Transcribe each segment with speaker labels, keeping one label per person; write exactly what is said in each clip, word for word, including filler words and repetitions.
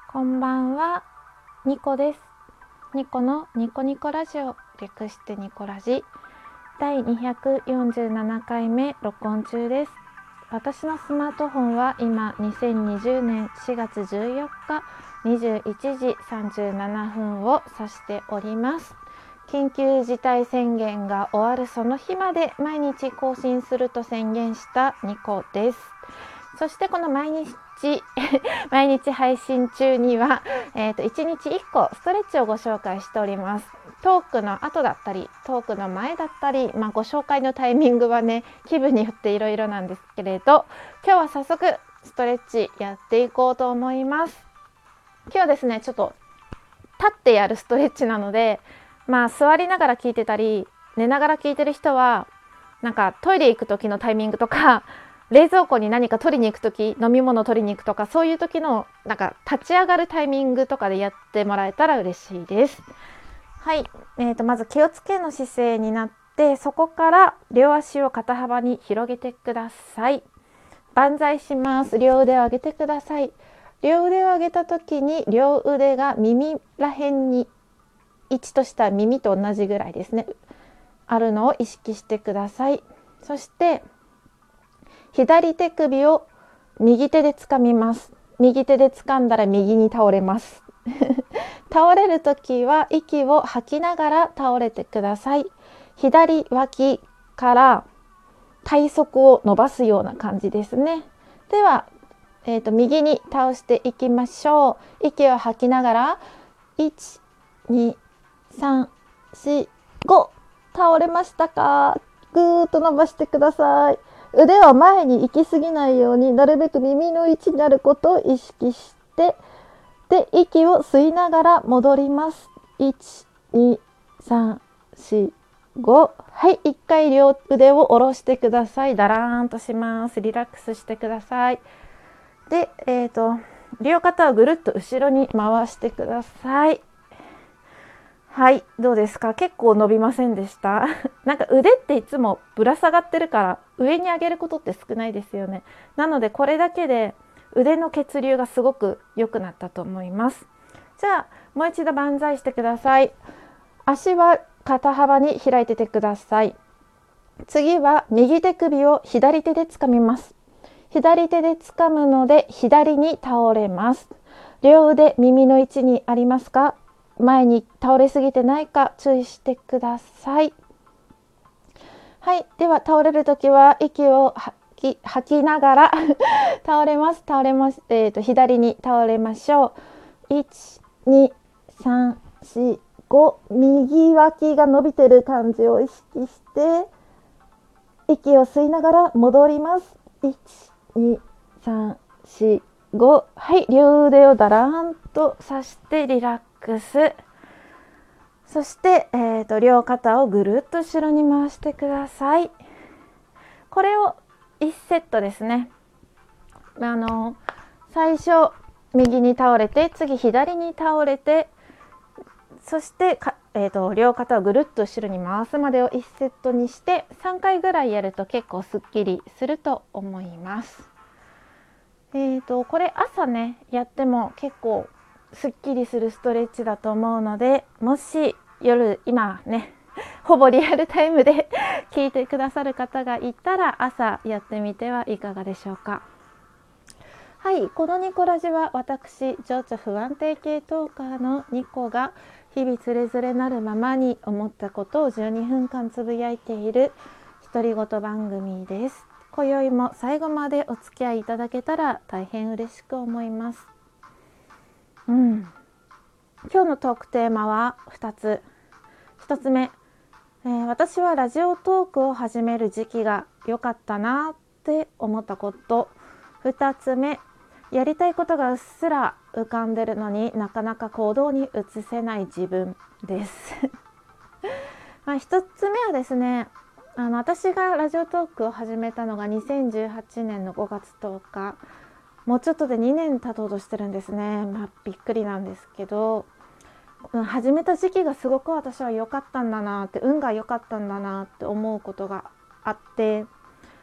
Speaker 1: こんばんは、ニコです。ニコのニコニコラジオ、略してニコラジだいにひゃくよんじゅうななかいめ録音中です。私のスマートフォンは今にせんにじゅうねんしがつじゅうよっかにじゅういちじさんじゅうななふんを指しております。緊急事態宣言が終わるその日まで毎日更新すると宣言したニコです。そしてこの毎日毎日配信中には、えー、といちにちいっこストレッチをご紹介しております。トークの後だったりトークの前だったり、まあ、ご紹介のタイミングはね気分によっていろいろなんですけれど、今日は早速ストレッチやっていこうと思います。今日はですねちょっと立ってやるストレッチなので、まあ座りながら聞いてたり寝ながら聞いてる人はなんかトイレ行く時のタイミングとか冷蔵庫に何か取りに行く時、飲み物取りに行くとか、そういう時のなんか立ち上がるタイミングとかでやってもらえたら嬉しいです。はい、えーとまず気をつけの姿勢になって、そこから両足を肩幅に広げてください。万歳します。両腕を上げてください。両腕を上げた時に両腕が耳らへんに、位置とした耳と同じぐらいですね、あるのを意識してください。そして左手首を右手で掴みます。右手で掴んだら右に倒れます倒れるときは息を吐きながら倒れてください。左脇から体側を伸ばすような感じですね。では、えーと、右に倒していきましょう。息を吐きながらいち、に、さん、よん、ご倒れましたか？ぐーっと伸ばしてください。腕は前に行き過ぎないようになるべく耳の位置になることを意識して、で息を吸いながら戻ります。いち、に、さん、よん、ごはい、いっかい両腕を下ろしてください。だらーんとします。リラックスしてください。で、えーと両肩をぐるっと後ろに回してください。はい、どうですか？結構伸びませんでしたなんか腕っていつもぶら下がってるから上に上げることって少ないですよね。なのでこれだけで腕の血流がすごく良くなったと思います。じゃあもう一度万歳してください。足は肩幅に開いててください。次は右手首を左手で掴みます。左手で掴むので左に倒れます。両腕耳の位置にありますか？前に倒れすぎてないか注意してください。はい、では倒れるときは息を吐き、吐きながら倒れます。倒れます。えーと、左に倒れましょう。いち、に、さん、よん、ご右脇が伸びてる感じを意識して息を吸いながら戻ります。いち、に、さん、よん、ごはい、両腕をだらーんとさしてリラックス。そして、えーと、両肩をぐるっと後ろに回してください。これをいちセットですね。あの最初右に倒れて、次左に倒れて、そしてか、えーと、両肩をぐるっと後ろに回すまでをいちセットにしてさんかいぐらいやると結構すっきりすると思います。えーと、これ朝ねやっても結構すっきりするストレッチだと思うので、もし夜今ねほぼリアルタイムで聞いてくださる方がいたら朝やってみてはいかがでしょうか。はい、このニコラジは私情緒不安定系トーカーのニコが日々つれづれなるままに思ったことをじゅうにふんかんつぶやいている独り言番組です。今宵も最後までお付き合いいただけたら大変嬉しく思います。うん、今日のトークテーマはふたつ。ひとつめ、えー、私はラジオトークを始める時期が良かったなって思ったこと。ふたつめ、やりたいことがうっすら浮かんでるのになかなか行動に移せない自分ですまあひとつめはですね、あの私がラジオトークを始めたのがにせんじゅうはちねんのごがつとおか、もうちょっとでにねん経とうとしてるんですね。まあびっくりなんですけど、始めた時期がすごく私は良かったんだなって、運が良かったんだなって思うことがあって、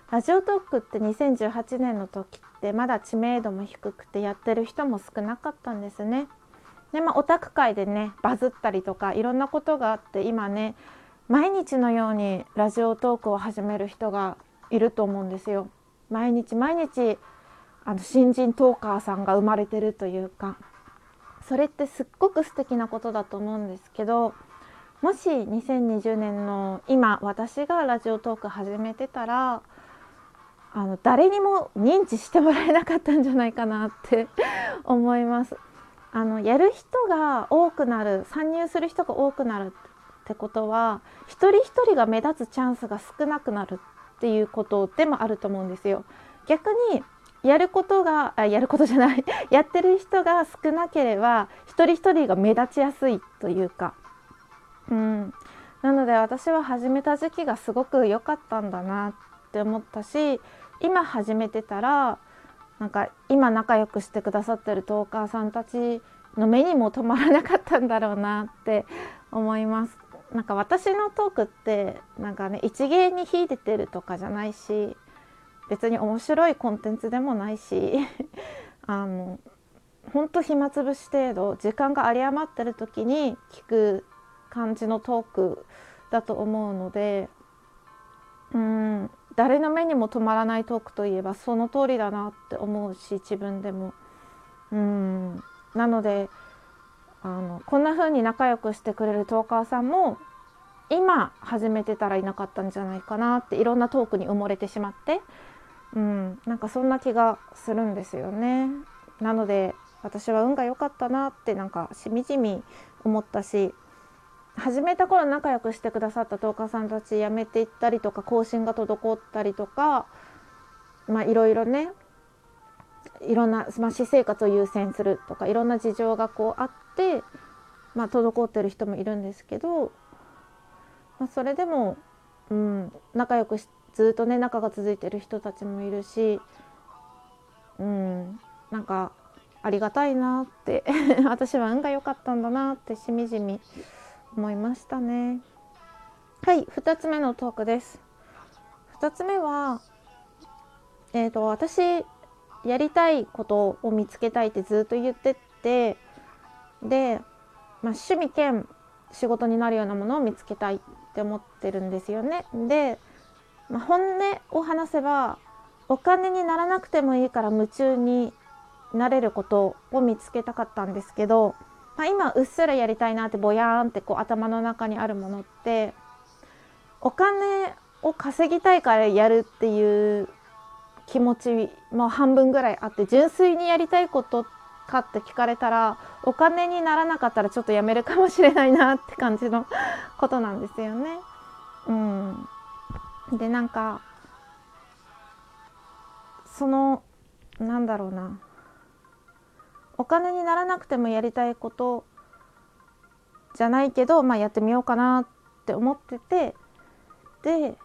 Speaker 1: ラジオトークってにせんじゅうはちねんの時ってまだ知名度も低くてやってる人も少なかったんですね。で、まあ、オタク界でねバズったりとかいろんなことがあって、今ね毎日のようにラジオトークを始める人がいると思うんですよ。毎日毎日あの新人トーカーさんが生まれてるというか、それってすっごく素敵なことだと思うんですけど、もしにせんにじゅうねんの今私がラジオトーク始めてたら、あの誰にも認知してもらえなかったんじゃないかなって思います。あのやる人が多くなる、参入する人が多くなるってことは、一人一人が目立つチャンスが少なくなるっていうことでもあると思うんですよ。逆にやることがあやることじゃないやってる人が少なければ一人一人が目立ちやすいというか、うん、なので私は始めた時期がすごく良かったんだなって思ったし、今始めてたらなんか今仲良くしてくださってるトーカーさんたちの目にも留まらなかったんだろうなって思います。なんか私のトークってなんかね一芸に秀でてるとかじゃないし、別に面白いコンテンツでもないしあのほんと暇つぶし程度、時間が有り余ってる時に聞く感じのトークだと思うので、うん誰の目にも止まらないトークといえばその通りだなって思うし、自分でもうんなのであのこんな風に仲良くしてくれるトーカーさんも今始めてたらいなかったんじゃないかなって、いろんなトークに埋もれてしまって、うん、なんかそんな気がするんですよね。なので私は運が良かったなってなんかしみじみ思ったし、始めた頃仲良くしてくださったトーカーさんたち辞めていったりとか、更新が滞ったりとか、まあいろいろね、いろんな、まあ、私生活を優先するとかいろんな事情がこうあって、まあ、滞ってる人もいるんですけど、まあ、それでも、うん、仲良くしずっとね仲が続いてる人たちもいるし、うん、なんかありがたいなって私は運が良かったんだなってしみじみ思いましたね。はい、ふたつめのトークです。ふたつめは、えーと、私やりたいことを見つけたいってずっと言ってて、で、まあ、趣味兼仕事になるようなものを見つけたいって思ってるんですよね。で、まあ、本音を話せばお金にならなくてもいいから夢中になれることを見つけたかったんですけど、まあ、今うっすらやりたいなってぼやーんってこう頭の中にあるものって、お金を稼ぎたいからやるっていう気持ちも半分ぐらいあって、純粋にやりたいことかって聞かれたらお金にならなかったらちょっとやめるかもしれないなって感じのことなんですよね。うん、でなんかそのなんだろうな、お金にならなくてもやりたいことじゃないけど、まあ、やってみようかなって思ってて、で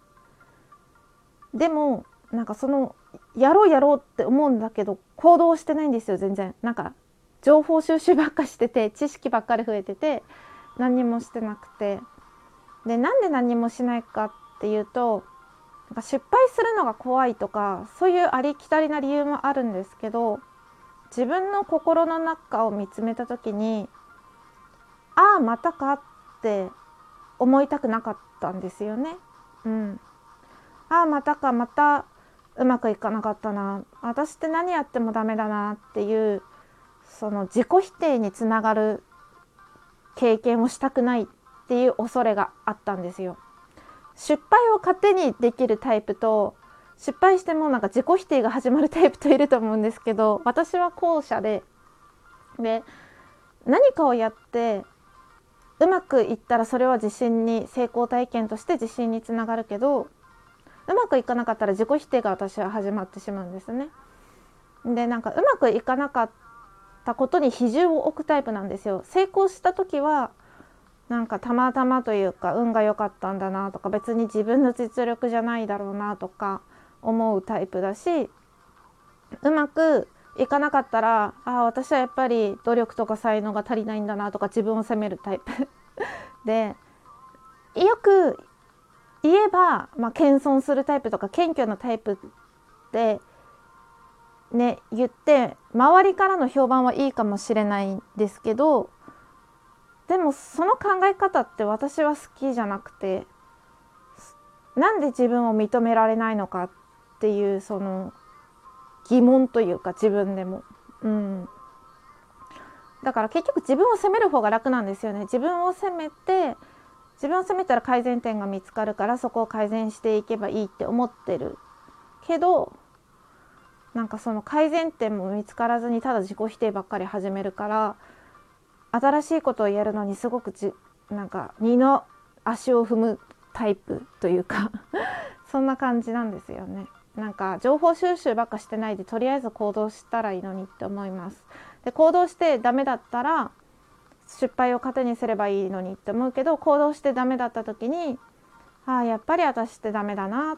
Speaker 1: でもなんかそのやろうやろうって思うんだけど行動してないんですよ全然。なんか情報収集ばっかしてて、知識ばっかり増えてて何にもしてなくて、でなんで何にもしないかっていうと、なんか失敗するのが怖いとかそういうありきたりな理由もあるんですけど、自分の心の中を見つめた時に、ああまたかって思いたくなかったんですよね。うん、ああまたか、またうまくいかなかったな、私って何やってもダメだなっていう、その自己否定につながる経験をしたくないっていう恐れがあったんですよ。失敗を勝手にできるタイプと、失敗してもなんか自己否定が始まるタイプといると思うんですけど、私は後者で、で何かをやってうまくいったらそれは自信に、成功体験として自信につながるけど、うまくいかなかったら自己否定が私は始まってしまうんですね。でなんかうまくいかなかったことに比重を置くタイプなんですよ。成功した時はなんかたまたまというか運が良かったんだなとか、別に自分の実力じゃないだろうなとか思うタイプだし、うまくいかなかったら、ああ私はやっぱり努力とか才能が足りないんだなとか自分を責めるタイプで、よく言えば、まあ、謙遜するタイプとか謙虚なタイプってね言って周りからの評判はいいかもしれないんですけど、でもその考え方って私は好きじゃなくて、なんで自分を認められないのかっていうその疑問というか、自分でも、うん、だから結局自分を責める方が楽なんですよね。自分を責めて自分を責めたら改善点が見つかるから、そこを改善していけばいいって思ってるけど、なんかその改善点も見つからずにただ自己否定ばっかり始めるから、新しいことをやるのにすごくじなんか二の足を踏むタイプというかそんな感じなんですよね。なんか情報収集ばっかしてないで、とりあえず行動したらいいのにって思います。で行動してダメだったら失敗を糧にすればいいのにって思うけど、行動してダメだった時に、ああやっぱり私ってダメだなって、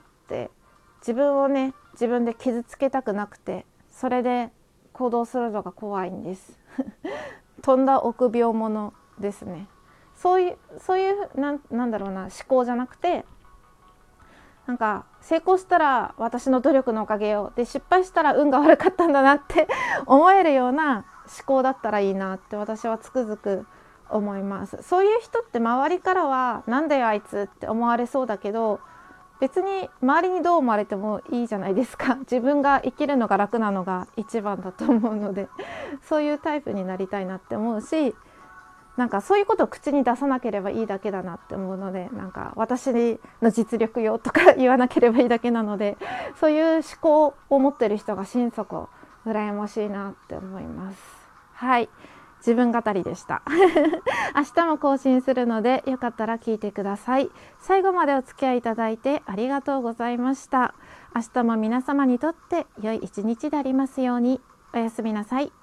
Speaker 1: 自分をね自分で傷つけたくなくて、それで行動するのが怖いんですとんだ臆病者ですね。そういうそういうなん、なんだろうな思考じゃなくて、なんか成功したら私の努力のおかげよ、で失敗したら運が悪かったんだなって思えるような思考だったらいいなって私はつくづく思います。そういう人って周りからはなんだよあいつって思われそうだけど、別に周りにどう思われてもいいじゃないですか。自分が生きるのが楽なのが一番だと思うので、そういうタイプになりたいなって思うし、なんかそういうことを口に出さなければいいだけだなって思うので、なんか私の実力よとか言わなければいいだけなので、そういう思考を持ってる人が心底羨ましいなって思います。はい、自分語りでした明日も更新するのでよかったら聞いてください。最後までお付き合いいただいてありがとうございました。明日も皆様にとって良い一日でありますように。おやすみなさい。